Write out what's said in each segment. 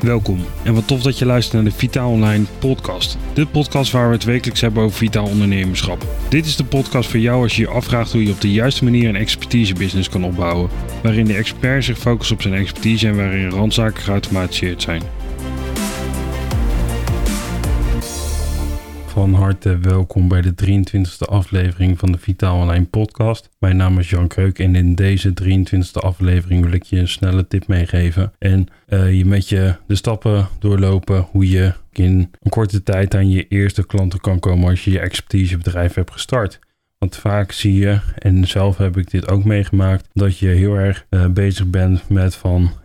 Welkom en wat tof dat je luistert naar de Vitaal Online podcast. De podcast waar we het wekelijks hebben over vitaal ondernemerschap. Dit is de podcast voor jou als je je afvraagt hoe je op de juiste manier een expertise-business kan opbouwen. Waarin de expert zich focust op zijn expertise en waarin randzaken geautomatiseerd zijn. Van harte welkom bij de 23e aflevering van de Vitaal Online podcast. Mijn naam is Jan Kreuk en in deze 23e aflevering wil ik je een snelle tip meegeven. En je met je de stappen doorlopen hoe je in een korte tijd aan je eerste klanten kan komen als je je expertisebedrijf hebt gestart. Want vaak zie je, en zelf heb ik dit ook meegemaakt, dat je heel erg bezig bent met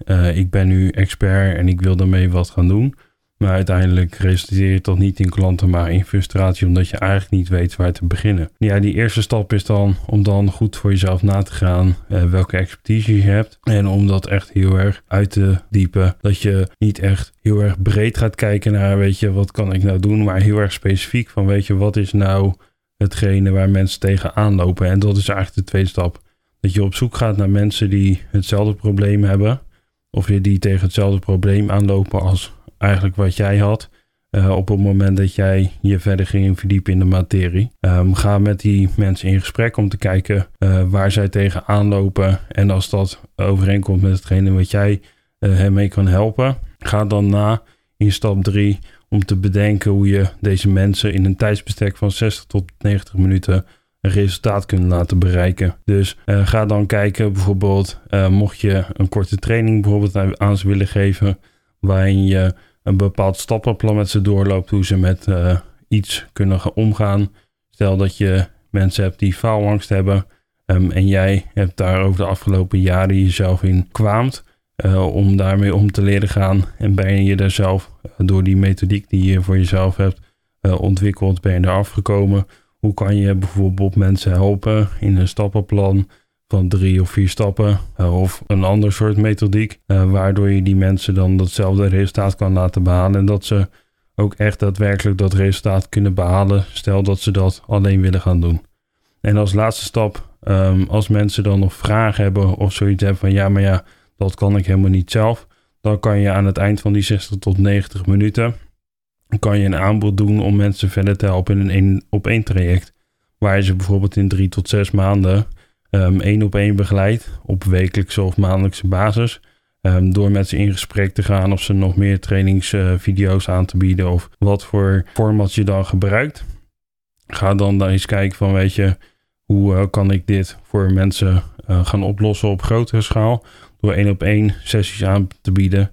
ik ben nu expert en ik wil daarmee wat gaan doen. Maar uiteindelijk resulteert dat niet in klanten, maar in frustratie, omdat je eigenlijk niet weet waar te beginnen. Ja, die eerste stap is dan om dan goed voor jezelf na te gaan welke expertise je hebt. En om dat echt heel erg uit te diepen. Dat je niet echt heel erg breed gaat kijken naar, wat kan ik nou doen? Maar heel erg specifiek van, wat is nou hetgene waar mensen tegenaan lopen? En dat is eigenlijk de tweede stap. Dat je op zoek gaat naar mensen die hetzelfde probleem hebben. Of die tegen hetzelfde probleem aanlopen als eigenlijk wat jij had op het moment dat jij je verder ging verdiepen in de materie. Ga met die mensen in gesprek om te kijken waar zij tegenaan lopen. En als dat overeenkomt met hetgene wat jij hen mee kan helpen, ga dan na in stap 3 om te bedenken hoe je deze mensen in een tijdsbestek van 60 tot 90 minuten een resultaat kunnen laten bereiken. Dus ga dan kijken bijvoorbeeld, mocht je een korte training bijvoorbeeld aan ze willen geven, waarin je een bepaald stappenplan met ze doorloopt, hoe ze met iets kunnen gaan omgaan. Stel dat je mensen hebt die faalangst hebben en jij hebt daar over de afgelopen jaren jezelf in kwaamt om daarmee om te leren gaan. En ben je daar zelf door die methodiek die je voor jezelf hebt ontwikkeld, ben je daar afgekomen. Hoe kan je bijvoorbeeld mensen helpen in een stappenplan van 3 of 4 stappen of een ander soort methodiek, waardoor je die mensen dan datzelfde resultaat kan laten behalen en dat ze ook echt daadwerkelijk dat resultaat kunnen behalen, stel dat ze dat alleen willen gaan doen. En als laatste stap, als mensen dan nog vragen hebben of zoiets hebben van dat kan ik helemaal niet zelf, dan kan je aan het eind van die 60 tot 90 minuten kan je een aanbod doen om mensen verder te helpen in een 1-op-1 traject, waar je ze bijvoorbeeld in 3 tot 6 maanden 1-op-1 begeleid op wekelijkse of maandelijkse basis. Door met ze in gesprek te gaan of ze nog meer trainingsvideo's aan te bieden of wat voor format je dan gebruikt. Ga dan eens kijken van hoe kan ik dit voor mensen gaan oplossen op grotere schaal door 1-op-1 sessies aan te bieden.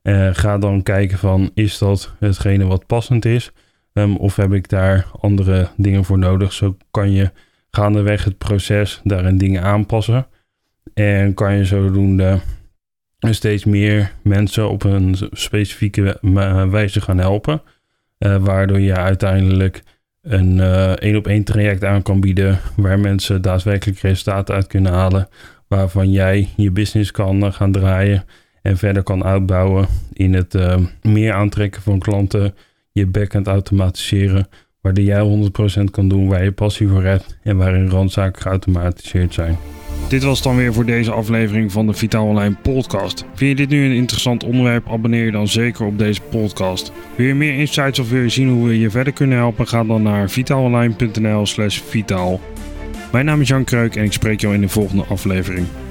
Ga dan kijken van is dat hetgene wat passend is of heb ik daar andere dingen voor nodig. Zo kan je gaandeweg het proces daarin dingen aanpassen. En kan je zodoende steeds meer mensen op een specifieke wijze gaan helpen. Waardoor je uiteindelijk een 1-op-1 traject aan kan bieden. Waar mensen daadwerkelijk resultaten uit kunnen halen. Waarvan jij je business kan gaan draaien. En verder kan uitbouwen in het meer aantrekken van klanten. Je backend automatiseren. Waardoor jij 100% kan doen waar je passie voor hebt en waarin randzaken geautomatiseerd zijn. Dit was dan weer voor deze aflevering van de Vitaal Online podcast. Vind je dit nu een interessant onderwerp? Abonneer je dan zeker op deze podcast. Wil je meer insights of wil je zien hoe we je verder kunnen helpen? Ga dan naar vitaalonline.nl/vitaal. Mijn naam is Jan Kreuk en ik spreek jou in de volgende aflevering.